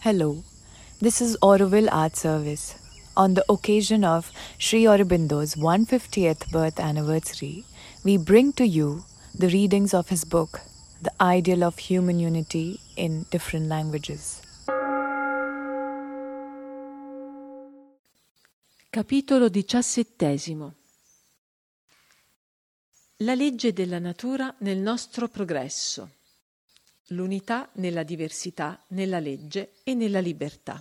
Hello, this is Auroville Art Service. On the occasion of Sri Aurobindo's 150th birth anniversary, we bring to you the readings of his book, The Ideal of Human Unity in Different Languages. Capitolo 17. La legge della natura nel nostro progresso. L'unità nella diversità, nella legge e nella libertà.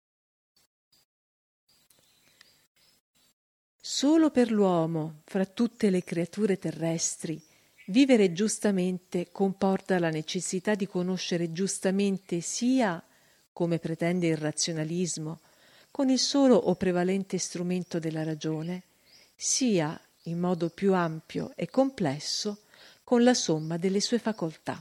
Solo per l'uomo, fra tutte le creature terrestri, vivere giustamente comporta la necessità di conoscere giustamente sia, come pretende il razionalismo, con il solo o prevalente strumento della ragione, sia, in modo più ampio e complesso, con la somma delle sue facoltà.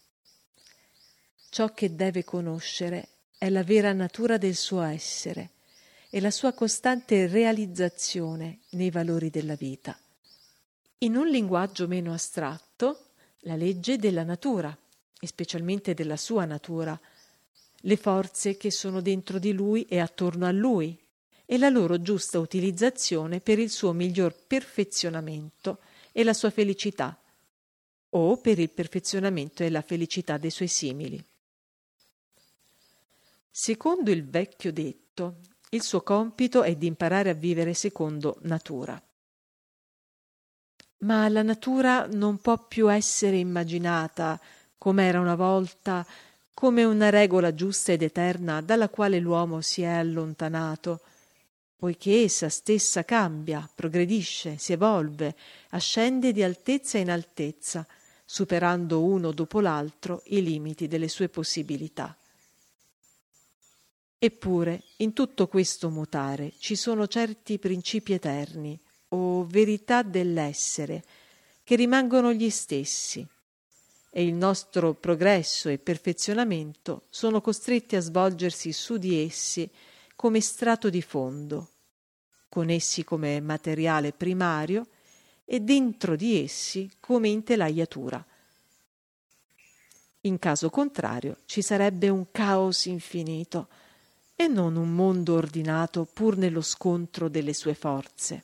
Ciò che deve conoscere è la vera natura del suo essere e la sua costante realizzazione nei valori della vita. In un linguaggio meno astratto, la legge della natura, e specialmente della sua natura, le forze che sono dentro di lui e attorno a lui, e la loro giusta utilizzazione per il suo miglior perfezionamento e la sua felicità, o per il perfezionamento e la felicità dei suoi simili. Secondo il vecchio detto, il suo compito è di imparare a vivere secondo natura. Ma la natura non può più essere immaginata, come era una volta, come una regola giusta ed eterna dalla quale l'uomo si è allontanato, poiché essa stessa cambia, progredisce, si evolve, ascende di altezza in altezza, superando uno dopo l'altro i limiti delle sue possibilità. Eppure, in tutto questo mutare ci sono certi principi eterni, o verità dell'essere, che rimangono gli stessi, e il nostro progresso e perfezionamento sono costretti a svolgersi su di essi come strato di fondo, con essi come materiale primario e dentro di essi come intelaiatura. In caso contrario ci sarebbe un caos infinito e non un mondo ordinato pur nello scontro delle sue forze.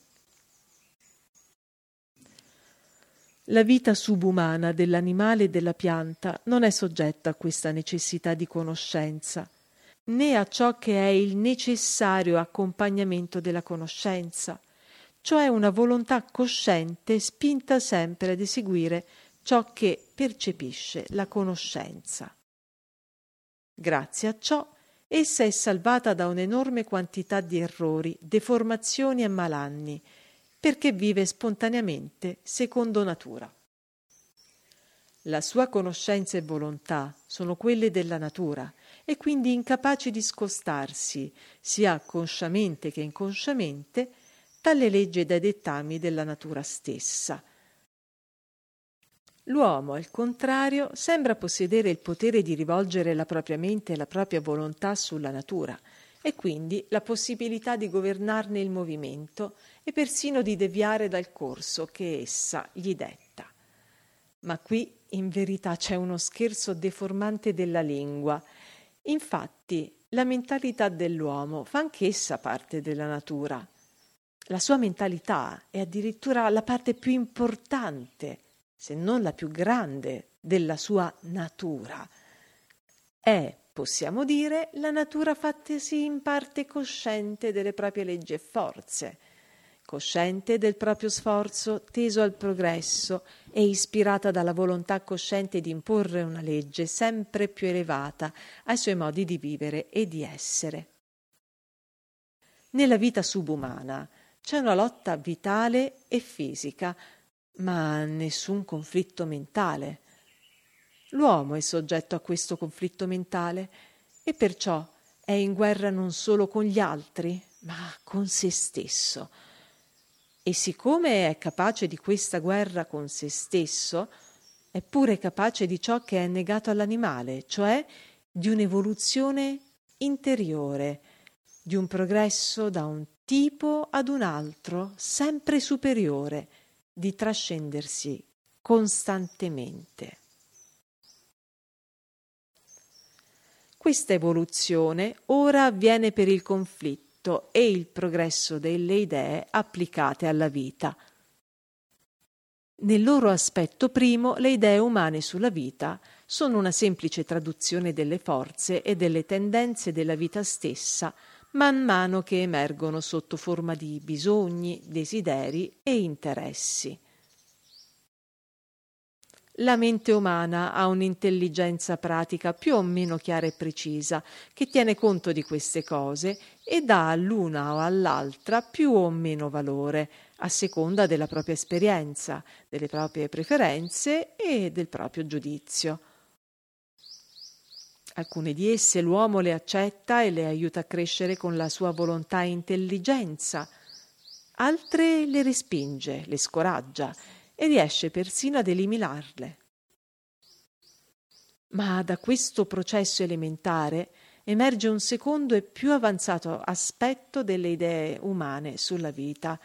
La vita subumana dell'animale e della pianta non è soggetta a questa necessità di conoscenza, né a ciò che è il necessario accompagnamento della conoscenza, cioè una volontà cosciente spinta sempre ad eseguire ciò che percepisce la conoscenza. Grazie a ciò, essa è salvata da un'enorme quantità di errori, deformazioni e malanni, perché vive spontaneamente secondo natura. La sua conoscenza e volontà sono quelle della natura e quindi incapaci di scostarsi, sia consciamente che inconsciamente, dalle leggi e dai dettami della natura stessa. L'uomo, al contrario, sembra possedere il potere di rivolgere la propria mente e la propria volontà sulla natura e quindi la possibilità di governarne il movimento e persino di deviare dal corso che essa gli detta. Ma qui in verità c'è uno scherzo deformante della lingua. Infatti la mentalità dell'uomo fa anch'essa parte della natura. La sua mentalità è addirittura la parte più importante, se non la più grande, della sua natura. È, possiamo dire, la natura fattasi in parte cosciente delle proprie leggi e forze, cosciente del proprio sforzo teso al progresso e ispirata dalla volontà cosciente di imporre una legge sempre più elevata ai suoi modi di vivere e di essere. Nella vita subumana c'è una lotta vitale e fisica, ma nessun conflitto mentale. L'uomo è soggetto a questo conflitto mentale e perciò è in guerra non solo con gli altri, ma con se stesso. E siccome è capace di questa guerra con se stesso, è pure capace di ciò che è negato all'animale, cioè di un'evoluzione interiore, di un progresso da un tipo ad un altro sempre superiore, di trascendersi costantemente. Questa evoluzione ora avviene per il conflitto e il progresso delle idee applicate alla vita. Nel loro aspetto primo, le idee umane sulla vita sono una semplice traduzione delle forze e delle tendenze della vita stessa, man mano che emergono sotto forma di bisogni, desideri e interessi. La mente umana ha un'intelligenza pratica più o meno chiara e precisa, che tiene conto di queste cose e dà all'una o all'altra più o meno valore, a seconda della propria esperienza, delle proprie preferenze e del proprio giudizio. Alcune di esse l'uomo le accetta e le aiuta a crescere con la sua volontà e intelligenza, altre le respinge, le scoraggia e riesce persino ad eliminarle. Ma da questo processo elementare emerge un secondo e più avanzato aspetto delle idee umane sulla vita.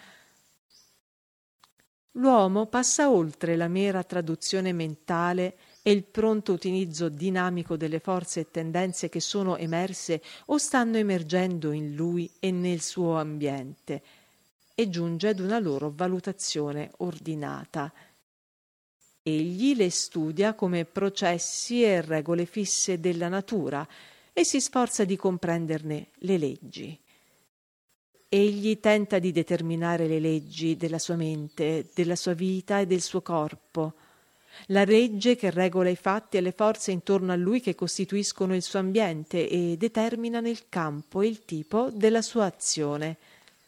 L'uomo passa oltre la mera traduzione mentale e il pronto utilizzo dinamico delle forze e tendenze che sono emerse o stanno emergendo in lui e nel suo ambiente, e giunge ad una loro valutazione ordinata. Egli le studia come processi e regole fisse della natura e si sforza di comprenderne le leggi. Egli tenta di determinare le leggi della sua mente, della sua vita e del suo corpo, la legge che regola i fatti e le forze intorno a lui che costituiscono il suo ambiente e determinano il campo e il tipo della sua azione.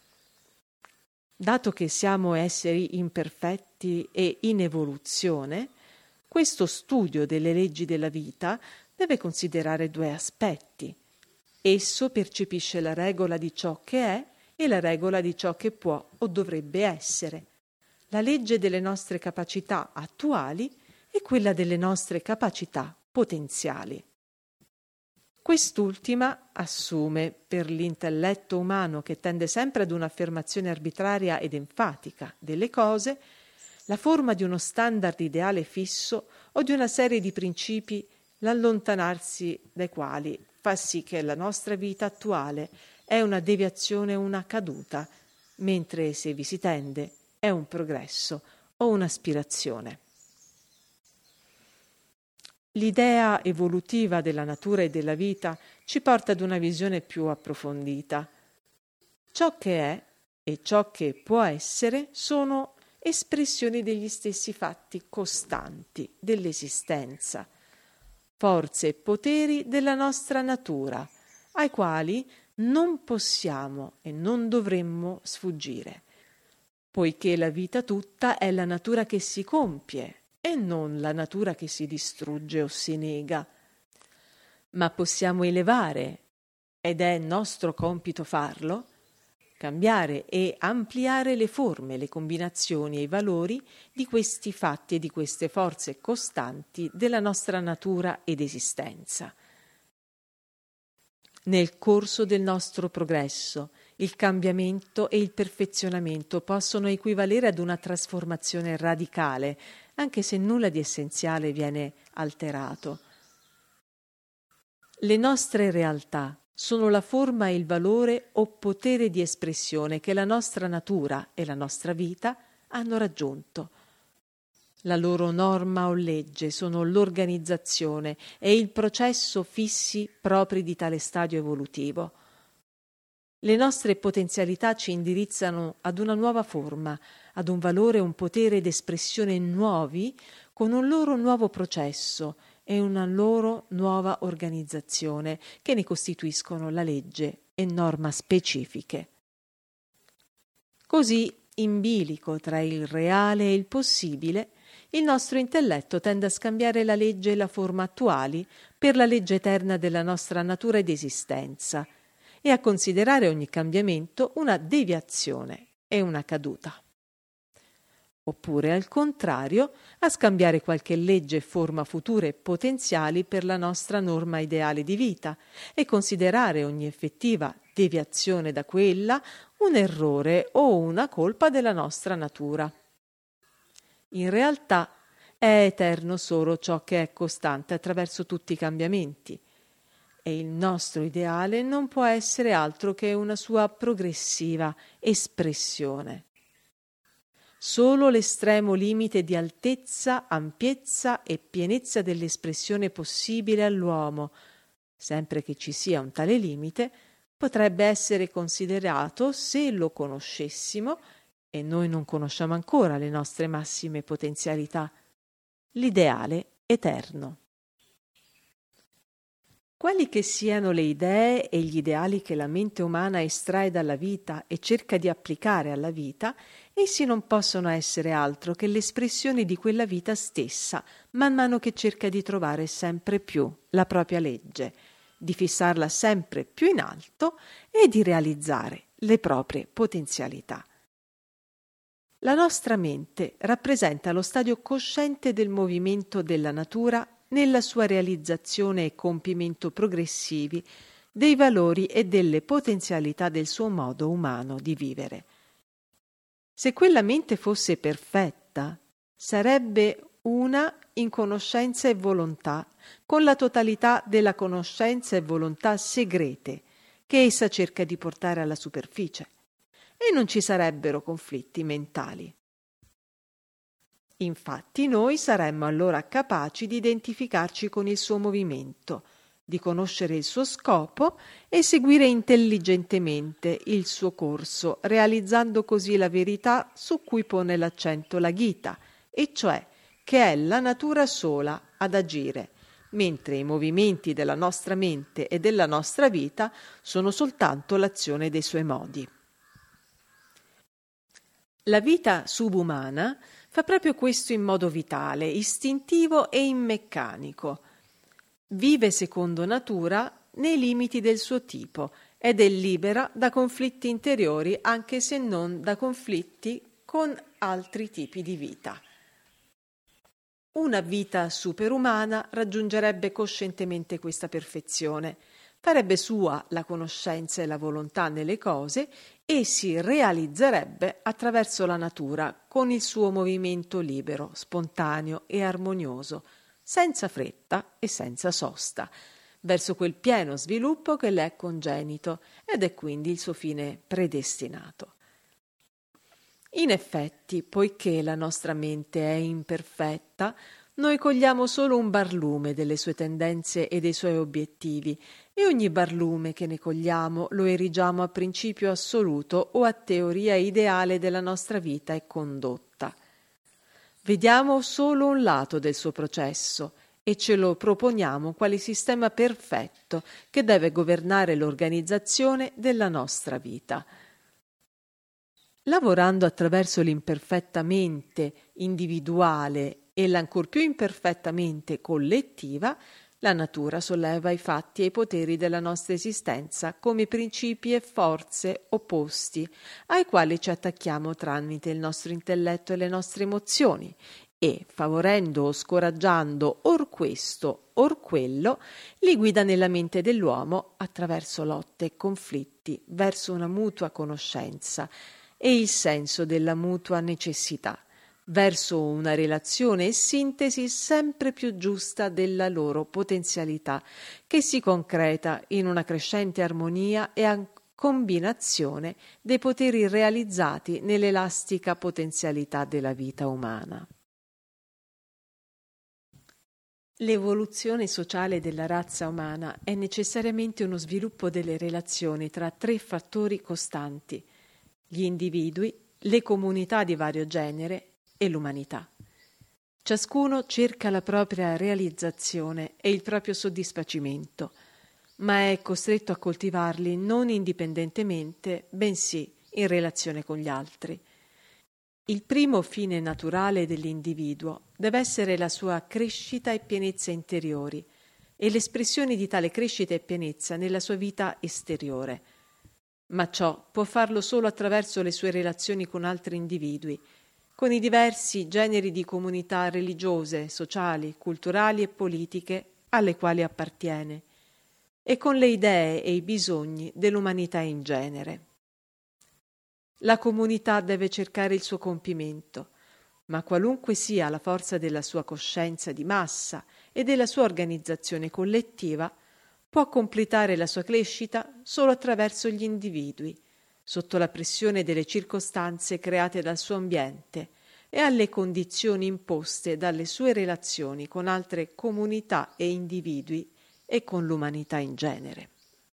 Dato che siamo esseri imperfetti e in evoluzione, questo studio delle leggi della vita deve considerare due aspetti. Esso percepisce la regola di ciò che è e la regola di ciò che può o dovrebbe essere, la legge delle nostre capacità attuali e quella delle nostre capacità potenziali. Quest'ultima assume, per l'intelletto umano che tende sempre ad un'affermazione arbitraria ed enfatica delle cose, la forma di uno standard ideale fisso o di una serie di principi l'allontanarsi dai quali fa sì che la nostra vita attuale è una deviazione o una caduta, mentre se vi si tende è un progresso o un'aspirazione. L'idea evolutiva della natura e della vita ci porta ad una visione più approfondita. Ciò che è e ciò che può essere sono espressioni degli stessi fatti costanti dell'esistenza, forze e poteri della nostra natura, ai quali non possiamo e non dovremmo sfuggire, poiché la vita tutta è la natura che si compie e non la natura che si distrugge o si nega. Ma possiamo elevare, ed è nostro compito farlo, cambiare e ampliare le forme, le combinazioni e i valori di questi fatti e di queste forze costanti della nostra natura ed esistenza. Nel corso del nostro progresso, il cambiamento e il perfezionamento possono equivalere ad una trasformazione radicale, anche se nulla di essenziale viene alterato. Le nostre realtà sono la forma e il valore o potere di espressione che la nostra natura e la nostra vita hanno raggiunto. La loro norma o legge sono l'organizzazione e il processo fissi propri di tale stadio evolutivo. Le nostre potenzialità ci indirizzano ad una nuova forma, ad un valore e un potere ed espressione nuovi, con un loro nuovo processo e una loro nuova organizzazione che ne costituiscono la legge e norma specifiche. Così, in bilico tra il reale e il possibile, il nostro intelletto tende a scambiare la legge e la forma attuali per la legge eterna della nostra natura ed esistenza e a considerare ogni cambiamento una deviazione e una caduta. Oppure, al contrario, a scambiare qualche legge e forma future potenziali per la nostra norma ideale di vita e considerare ogni effettiva deviazione da quella un errore o una colpa della nostra natura. In realtà è eterno solo ciò che è costante attraverso tutti i cambiamenti. e il nostro ideale non può essere altro che una sua progressiva espressione. Solo l'estremo limite di altezza, ampiezza e pienezza dell'espressione possibile all'uomo, sempre che ci sia un tale limite, potrebbe essere considerato, se lo conoscessimo, e noi non conosciamo ancora le nostre massime potenzialità, l'ideale eterno. Quali che siano le idee e gli ideali che la mente umana estrae dalla vita e cerca di applicare alla vita, essi non possono essere altro che l'espressione di quella vita stessa, man mano che cerca di trovare sempre più la propria legge, di fissarla sempre più in alto e di realizzare le proprie potenzialità. La nostra mente rappresenta lo stadio cosciente del movimento della natura nella sua realizzazione e compimento progressivi dei valori e delle potenzialità del suo modo umano di vivere. Se quella mente fosse perfetta, sarebbe una in conoscenza e volontà, con la totalità della conoscenza e volontà segrete che essa cerca di portare alla superficie, e non ci sarebbero conflitti mentali. Infatti noi saremmo allora capaci di identificarci con il suo movimento, di conoscere il suo scopo e seguire intelligentemente il suo corso, realizzando così la verità su cui pone l'accento la Gita, e cioè che è la natura sola ad agire, mentre i movimenti della nostra mente e della nostra vita sono soltanto l'azione dei suoi modi. La vita subumana fa proprio questo in modo vitale, istintivo e immeccanico. Vive secondo natura nei limiti del suo tipo ed è libera da conflitti interiori, anche se non da conflitti con altri tipi di vita. Una vita superumana raggiungerebbe coscientemente questa perfezione, farebbe sua la conoscenza e la volontà nelle cose e si realizzerebbe attraverso la natura con il suo movimento libero, spontaneo e armonioso, senza fretta e senza sosta, verso quel pieno sviluppo che le è congenito ed è quindi il suo fine predestinato. In effetti, poiché la nostra mente è imperfetta, noi cogliamo solo un barlume delle sue tendenze e dei suoi obiettivi, e ogni barlume che ne cogliamo lo erigiamo a principio assoluto o a teoria ideale della nostra vita e condotta. Vediamo solo un lato del suo processo e ce lo proponiamo quale sistema perfetto che deve governare l'organizzazione della nostra vita. Lavorando attraverso l'imperfetta mente individuale e l'ancor più imperfetta mente collettiva, la natura solleva i fatti e i poteri della nostra esistenza come principi e forze opposti ai quali ci attacchiamo tramite il nostro intelletto e le nostre emozioni e, favorendo o scoraggiando or questo or quello, li guida nella mente dell'uomo attraverso lotte e conflitti verso una mutua conoscenza e il senso della mutua necessità, verso una relazione e sintesi sempre più giusta della loro potenzialità, che si concreta in una crescente armonia e combinazione dei poteri realizzati nell'elastica potenzialità della vita umana. L'evoluzione sociale della razza umana è necessariamente uno sviluppo delle relazioni tra tre fattori costanti: gli individui, le comunità di vario genere e l'umanità. Ciascuno cerca la propria realizzazione e il proprio soddisfacimento, ma è costretto a coltivarli non indipendentemente, bensì in relazione con gli altri. Il primo fine naturale dell'individuo deve essere la sua crescita e pienezza interiori e l'espressione di tale crescita e pienezza nella sua vita esteriore. Ma ciò può farlo solo attraverso le sue relazioni con altri individui, con i diversi generi di comunità religiose, sociali, culturali e politiche alle quali appartiene, e con le idee e i bisogni dell'umanità in genere. La comunità deve cercare il suo compimento, ma qualunque sia la forza della sua coscienza di massa e della sua organizzazione collettiva, può completare la sua crescita solo attraverso gli individui, sotto la pressione delle circostanze create dal suo ambiente e alle condizioni imposte dalle sue relazioni con altre comunità e individui e con l'umanità in genere.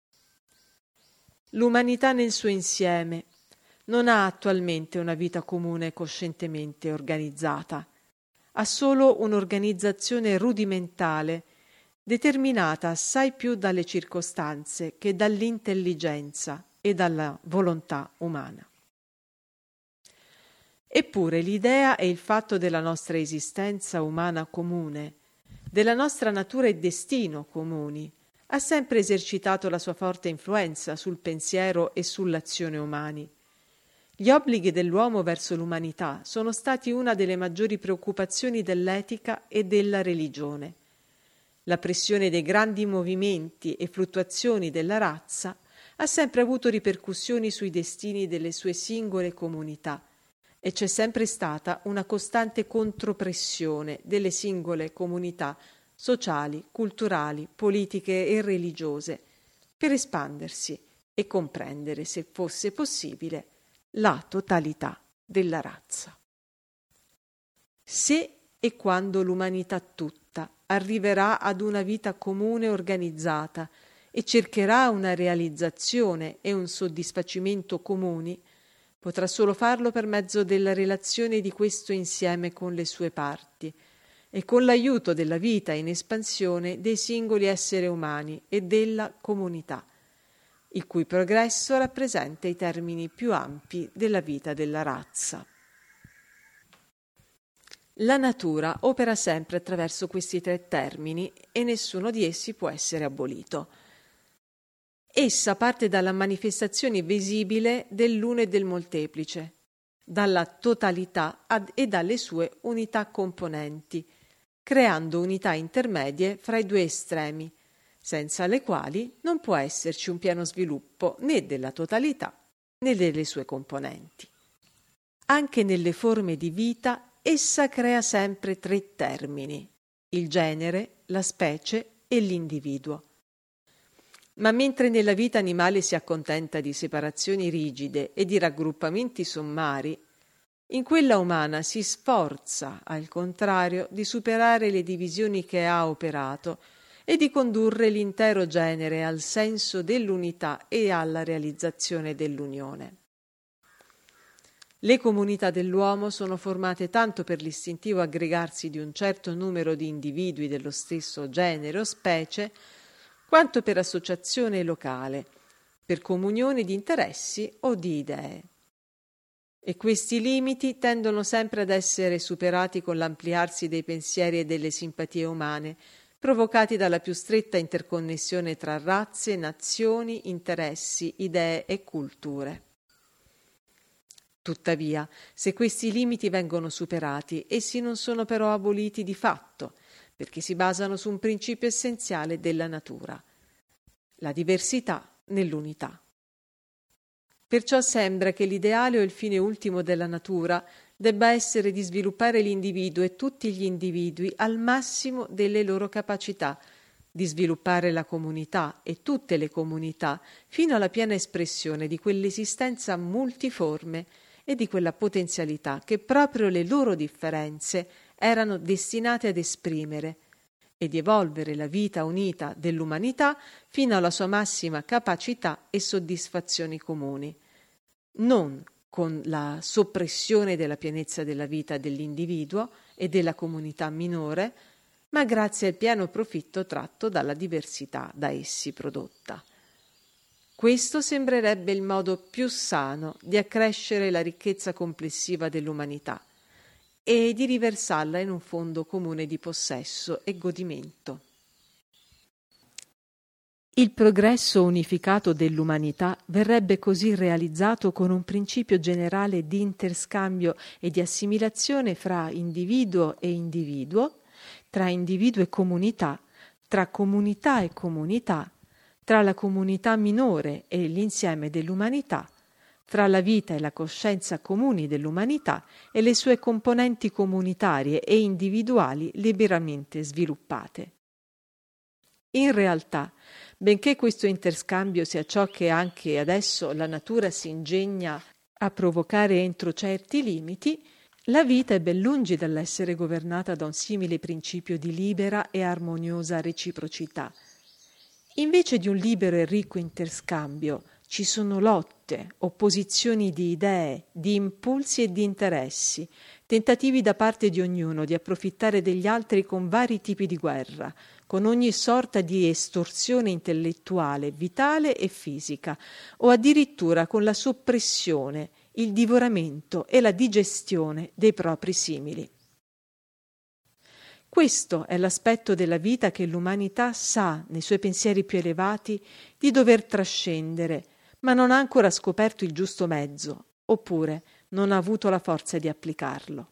L'umanità nel suo insieme non ha attualmente una vita comune coscientemente organizzata, ha solo un'organizzazione rudimentale, determinata assai più dalle circostanze che dall'intelligenza e dalla volontà umana. Eppure l'idea e il fatto della nostra esistenza umana comune, della nostra natura e destino comuni, ha sempre esercitato la sua forte influenza sul pensiero e sull'azione umani. Gli obblighi dell'uomo verso l'umanità sono stati una delle maggiori preoccupazioni dell'etica e della religione. La pressione dei grandi movimenti e fluttuazioni della razza ha sempre avuto ripercussioni sui destini delle sue singole comunità e c'è sempre stata una costante contropressione delle singole comunità sociali, culturali, politiche e religiose per espandersi e comprendere, se fosse possibile, la totalità della razza. Se e quando l'umanità tutta arriverà ad una vita comune organizzata e cercherà una realizzazione e un soddisfacimento comuni, potrà solo farlo per mezzo della relazione di questo insieme con le sue parti e con l'aiuto della vita in espansione dei singoli esseri umani e della comunità, il cui progresso rappresenta i termini più ampi della vita della razza. La natura opera sempre attraverso questi tre termini e nessuno di essi può essere abolito. Essa parte dalla manifestazione visibile dell'uno e del molteplice, dalla totalità e dalle sue unità componenti, creando unità intermedie fra i due estremi, senza le quali non può esserci un pieno sviluppo né della totalità né delle sue componenti. Anche nelle forme di vita essa crea sempre tre termini: il genere, la specie e l'individuo. Ma mentre nella vita animale si accontenta di separazioni rigide e di raggruppamenti sommari, in quella umana si sforza, al contrario, di superare le divisioni che ha operato e di condurre l'intero genere al senso dell'unità e alla realizzazione dell'unione. Le comunità dell'uomo sono formate tanto per l'istintivo aggregarsi di un certo numero di individui dello stesso genere o specie, quanto per associazione locale, per comunione di interessi o di idee. E questi limiti tendono sempre ad essere superati con l'ampliarsi dei pensieri e delle simpatie umane, provocati dalla più stretta interconnessione tra razze, nazioni, interessi, idee e culture. Tuttavia, se questi limiti vengono superati, essi non sono però aboliti di fatto, perché si basano su un principio essenziale della natura: la diversità nell'unità. Perciò sembra che l'ideale o il fine ultimo della natura debba essere di sviluppare l'individuo e tutti gli individui al massimo delle loro capacità, di sviluppare la comunità e tutte le comunità fino alla piena espressione di quell'esistenza multiforme e di quella potenzialità che proprio le loro differenze erano destinate ad esprimere, e di evolvere la vita unita dell'umanità fino alla sua massima capacità e soddisfazioni comuni, non con la soppressione della pienezza della vita dell'individuo e della comunità minore, ma grazie al pieno profitto tratto dalla diversità da essi prodotta. Questo sembrerebbe il modo più sano di accrescere la ricchezza complessiva dell'umanità e di riversarla in un fondo comune di possesso e godimento. Il progresso unificato dell'umanità verrebbe così realizzato con un principio generale di interscambio e di assimilazione fra individuo e individuo, tra individuo e comunità, tra comunità e comunità, tra la comunità minore e l'insieme dell'umanità, tra la vita e la coscienza comuni dell'umanità e le sue componenti comunitarie e individuali liberamente sviluppate. In realtà, benché questo interscambio sia ciò che anche adesso la natura si ingegna a provocare entro certi limiti, la vita è ben lungi dall'essere governata da un simile principio di libera e armoniosa reciprocità. Invece di un libero e ricco interscambio, ci sono lotte, opposizioni di idee, di impulsi e di interessi, tentativi da parte di ognuno di approfittare degli altri con vari tipi di guerra, con ogni sorta di estorsione intellettuale, vitale e fisica, o addirittura con la soppressione, il divoramento e la digestione dei propri simili. Questo è l'aspetto della vita che l'umanità sa, nei suoi pensieri più elevati, di dover trascendere, ma non ha ancora scoperto il giusto mezzo, oppure non ha avuto la forza di applicarlo.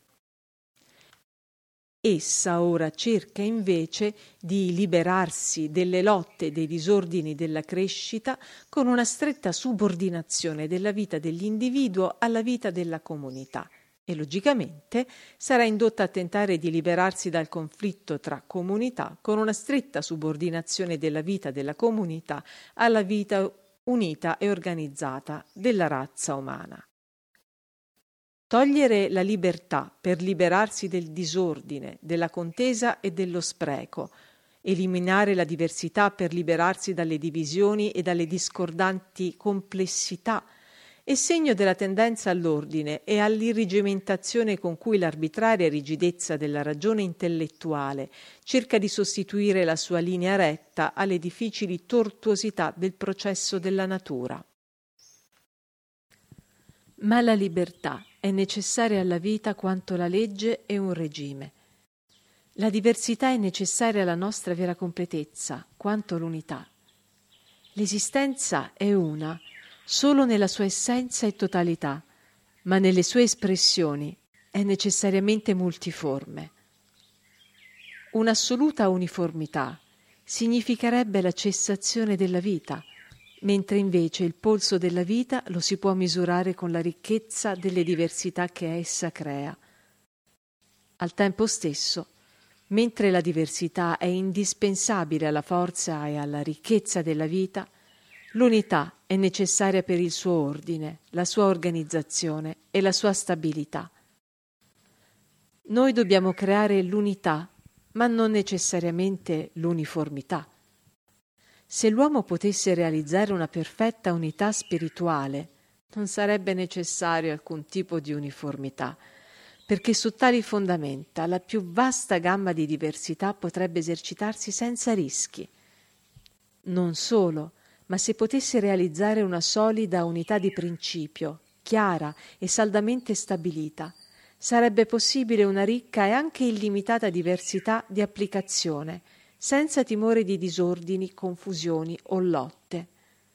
Essa ora cerca invece di liberarsi delle lotte e dei disordini della crescita con una stretta subordinazione della vita dell'individuo alla vita della comunità e logicamente sarà indotta a tentare di liberarsi dal conflitto tra comunità con una stretta subordinazione della vita della comunità alla vita unita e organizzata della razza umana. Togliere la libertà per liberarsi del disordine, della contesa e dello spreco, eliminare la diversità per liberarsi dalle divisioni e dalle discordanti complessità, è segno della tendenza all'ordine e all'irregimentazione con cui l'arbitraria rigidezza della ragione intellettuale cerca di sostituire la sua linea retta alle difficili tortuosità del processo della natura. Ma la libertà è necessaria alla vita quanto la legge è un regime. La diversità è necessaria alla nostra vera completezza, quanto l'unità. L'esistenza è una, solo nella sua essenza e totalità, ma nelle sue espressioni è necessariamente multiforme. Un'assoluta uniformità significherebbe la cessazione della vita, mentre invece il polso della vita lo si può misurare con la ricchezza delle diversità che essa crea. Al tempo stesso, mentre la diversità è indispensabile alla forza e alla ricchezza della vita, l'unità è necessaria per il suo ordine, la sua organizzazione e la sua stabilità. Noi dobbiamo creare l'unità, ma non necessariamente l'uniformità. Se l'uomo potesse realizzare una perfetta unità spirituale, non sarebbe necessario alcun tipo di uniformità, perché su tali fondamenta la più vasta gamma di diversità potrebbe esercitarsi senza rischi. Non solo, ma se potesse realizzare una solida unità di principio, chiara e saldamente stabilita, sarebbe possibile una ricca e anche illimitata diversità di applicazione, senza timore di disordini, confusioni o lotte.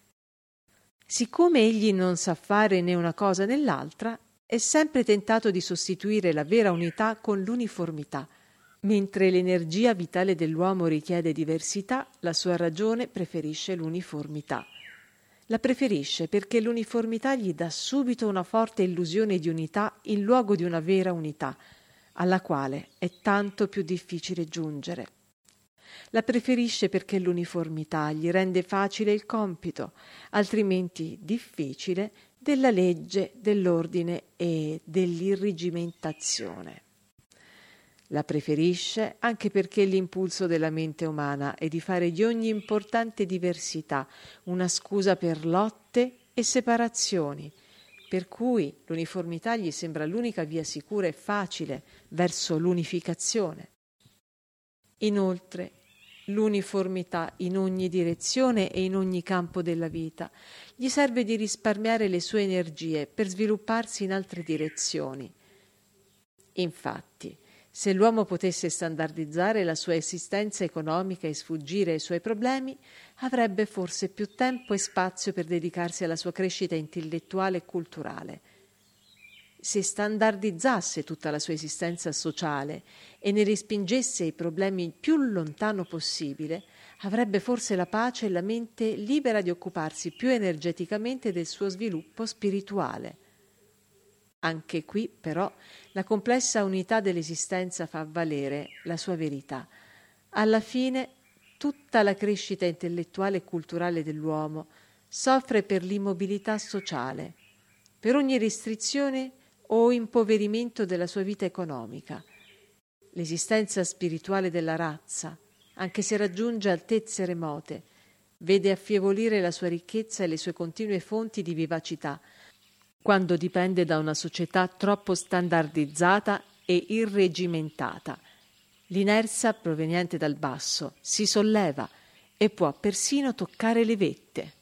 Siccome egli non sa fare né una cosa né l'altra, è sempre tentato di sostituire la vera unità con l'uniformità. Mentre l'energia vitale dell'uomo richiede diversità, la sua ragione preferisce l'uniformità. La preferisce perché l'uniformità gli dà subito una forte illusione di unità in luogo di una vera unità, alla quale è tanto più difficile giungere. La preferisce perché l'uniformità gli rende facile il compito, altrimenti difficile, della legge, dell'ordine e dell'irregimentazione. La preferisce anche perché l'impulso della mente umana è di fare di ogni importante diversità una scusa per lotte e separazioni, per cui l'uniformità gli sembra l'unica via sicura e facile verso l'unificazione. Inoltre, l'uniformità in ogni direzione e in ogni campo della vita gli serve di risparmiare le sue energie per svilupparsi in altre direzioni. Infatti, se l'uomo potesse standardizzare la sua esistenza economica e sfuggire ai suoi problemi, avrebbe forse più tempo e spazio per dedicarsi alla sua crescita intellettuale e culturale. Se standardizzasse tutta la sua esistenza sociale e ne respingesse i problemi il più lontano possibile, avrebbe forse la pace e la mente libera di occuparsi più energeticamente del suo sviluppo spirituale. Anche qui, però, la complessa unità dell'esistenza fa valere la sua verità. Alla fine, tutta la crescita intellettuale e culturale dell'uomo soffre per l'immobilità sociale, per ogni restrizione o impoverimento della sua vita economica. L'esistenza spirituale della razza, anche se raggiunge altezze remote, vede affievolire la sua ricchezza e le sue continue fonti di vivacità, quando dipende da una società troppo standardizzata e irregimentata. L'inerzia proveniente dal basso si solleva e può persino toccare le vette.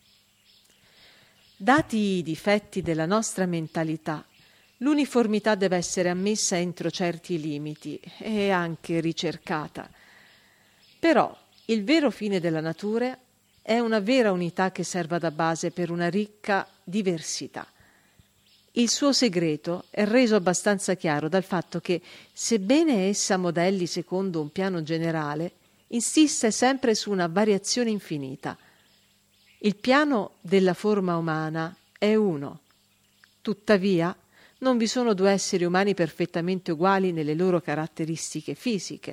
Dati i difetti della nostra mentalità, l'uniformità deve essere ammessa entro certi limiti e anche ricercata. Però il vero fine della natura è una vera unità che serva da base per una ricca diversità. Il suo segreto è reso abbastanza chiaro dal fatto che, sebbene essa modelli secondo un piano generale, insiste sempre su una variazione infinita. Il piano della forma umana è uno. Tuttavia, non vi sono due esseri umani perfettamente uguali nelle loro caratteristiche fisiche.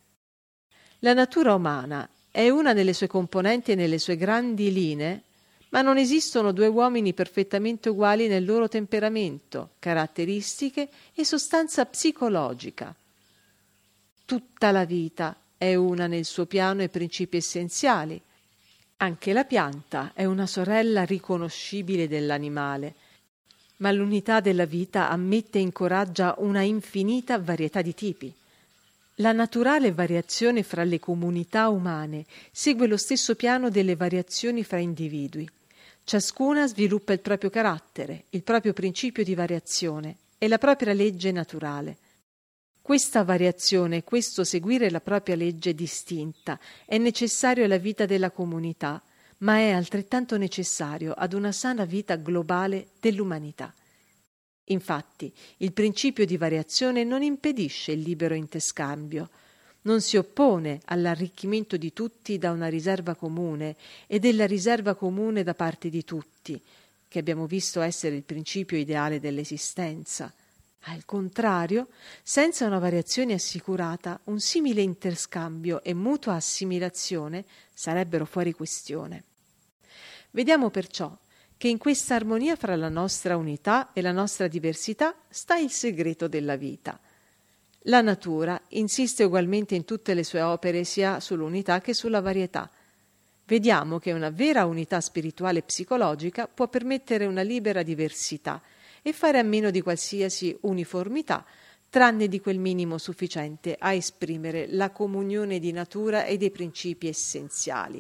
La natura umana è una nelle sue componenti e nelle sue grandi linee, ma non esistono due uomini perfettamente uguali nel loro temperamento, caratteristiche e sostanza psicologica. Tutta la vita è una nel suo piano e principi essenziali. Anche la pianta è una sorella riconoscibile dell'animale, ma l'unità della vita ammette e incoraggia una infinita varietà di tipi. La naturale variazione fra le comunità umane segue lo stesso piano delle variazioni fra individui. Ciascuna sviluppa il proprio carattere, il proprio principio di variazione e la propria legge naturale. Questa variazione, questo seguire la propria legge distinta, è necessario alla vita della comunità, ma è altrettanto necessario ad una sana vita globale dell'umanità. Infatti, il principio di variazione non impedisce il libero interscambio, non si oppone all'arricchimento di tutti da una riserva comune e della riserva comune da parte di tutti, che abbiamo visto essere il principio ideale dell'esistenza. Al contrario, senza una variazione assicurata, un simile interscambio e mutua assimilazione sarebbero fuori questione. Vediamo perciò che in questa armonia fra la nostra unità e la nostra diversità sta il segreto della vita. La natura insiste ugualmente in tutte le sue opere sia sull'unità che sulla varietà. Vediamo che una vera unità spirituale e psicologica può permettere una libera diversità e fare a meno di qualsiasi uniformità, tranne di quel minimo sufficiente a esprimere la comunione di natura e dei principi essenziali.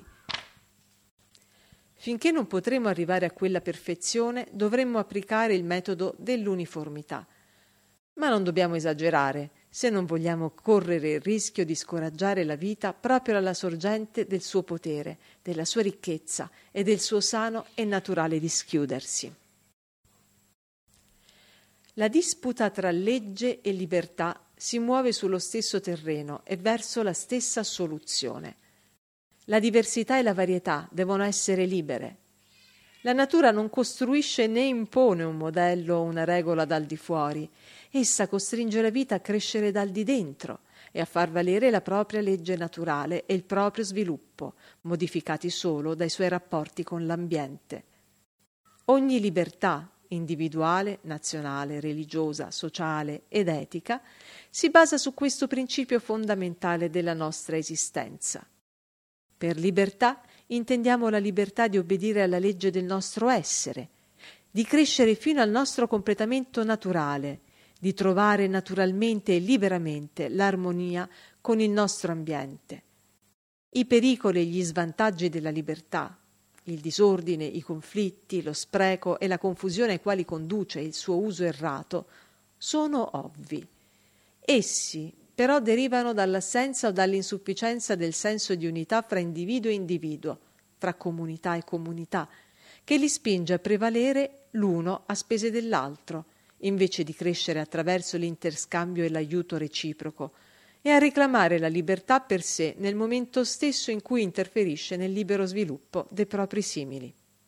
Finché non potremo arrivare a quella perfezione, dovremmo applicare il metodo dell'uniformità. Ma non dobbiamo esagerare, se non vogliamo correre il rischio di scoraggiare la vita proprio alla sorgente del suo potere, della sua ricchezza e del suo sano e naturale dischiudersi. La disputa tra legge e libertà si muove sullo stesso terreno e verso la stessa soluzione. La diversità e la varietà devono essere libere. La natura non costruisce né impone un modello o una regola dal di fuori. Essa costringe la vita a crescere dal di dentro e a far valere la propria legge naturale e il proprio sviluppo, modificati solo dai suoi rapporti con l'ambiente. Ogni libertà, individuale, nazionale, religiosa, sociale ed etica, si basa su questo principio fondamentale della nostra esistenza. Per libertà intendiamo la libertà di obbedire alla legge del nostro essere, di crescere fino al nostro completamento naturale, di trovare naturalmente e liberamente l'armonia con il nostro ambiente. I pericoli e gli svantaggi della libertà, il disordine, i conflitti, lo spreco e la confusione ai quali conduce il suo uso errato, sono ovvi. Essi però derivano dall'assenza o dall'insufficienza del senso di unità fra individuo e individuo, fra comunità e comunità, che li spinge a prevalere l'uno a spese dell'altro, invece di crescere attraverso l'interscambio e l'aiuto reciproco, e a reclamare la libertà per sé nel momento stesso in cui interferisce nel libero sviluppo dei propri simili.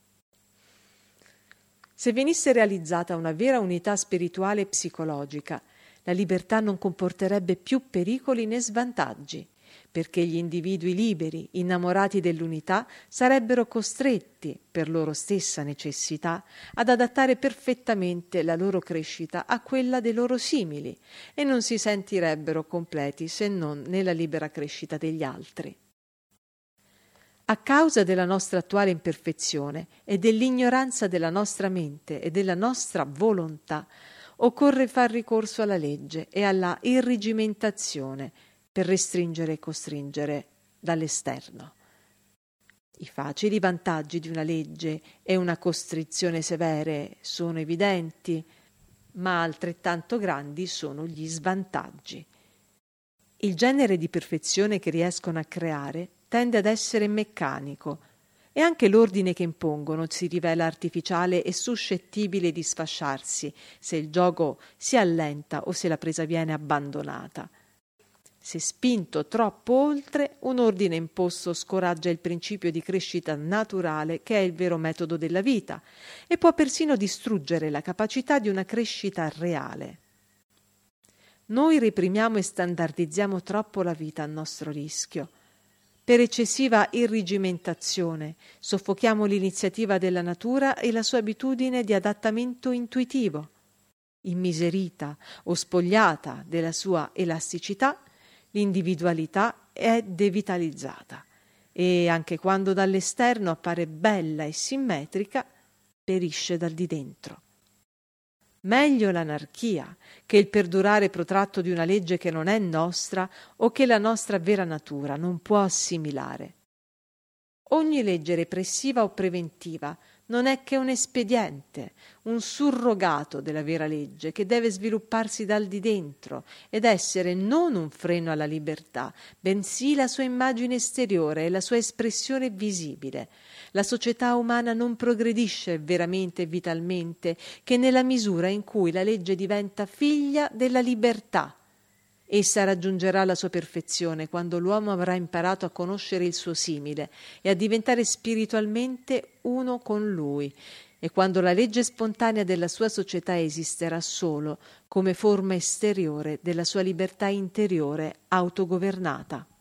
Se venisse realizzata una vera unità spirituale e psicologica, la libertà non comporterebbe più pericoli né svantaggi. perché gli individui liberi, innamorati dell'unità, sarebbero costretti, per loro stessa necessità, ad adattare perfettamente la loro crescita a quella dei loro simili e non si sentirebbero completi se non nella libera crescita degli altri. A causa della nostra attuale imperfezione e dell'ignoranza della nostra mente e della nostra volontà, occorre far ricorso alla legge e alla irregimentazione per restringere e costringere dall'esterno. I facili vantaggi di una legge e una costrizione severe sono evidenti, ma altrettanto grandi sono gli svantaggi. Il genere di perfezione che riescono a creare tende ad essere meccanico e anche l'ordine che impongono si rivela artificiale e suscettibile di sfasciarsi se il gioco si allenta o se la presa viene abbandonata. Se spinto troppo oltre, un ordine imposto scoraggia il principio di crescita naturale che è il vero metodo della vita e può persino distruggere la capacità di una crescita reale. Noi reprimiamo e standardizziamo troppo la vita a nostro rischio. Per eccessiva irrigimentazione soffochiamo l'iniziativa della natura e la sua abitudine di adattamento intuitivo. Immiserita o spogliata della sua elasticità, l'individualità è devitalizzata e anche quando dall'esterno appare bella e simmetrica, perisce dal di dentro. Meglio l'anarchia che il perdurare protratto di una legge che non è nostra o che la nostra vera natura non può assimilare. Ogni legge repressiva o preventiva non è che un espediente, un surrogato della vera legge che deve svilupparsi dal di dentro ed essere non un freno alla libertà, bensì la sua immagine esteriore e la sua espressione visibile. La società umana non progredisce veramente e vitalmente che nella misura in cui la legge diventa figlia della libertà. Essa raggiungerà la sua perfezione quando l'uomo avrà imparato a conoscere il suo simile e a diventare spiritualmente uno con lui, e quando la legge spontanea della sua società esisterà solo come forma esteriore della sua libertà interiore autogovernata.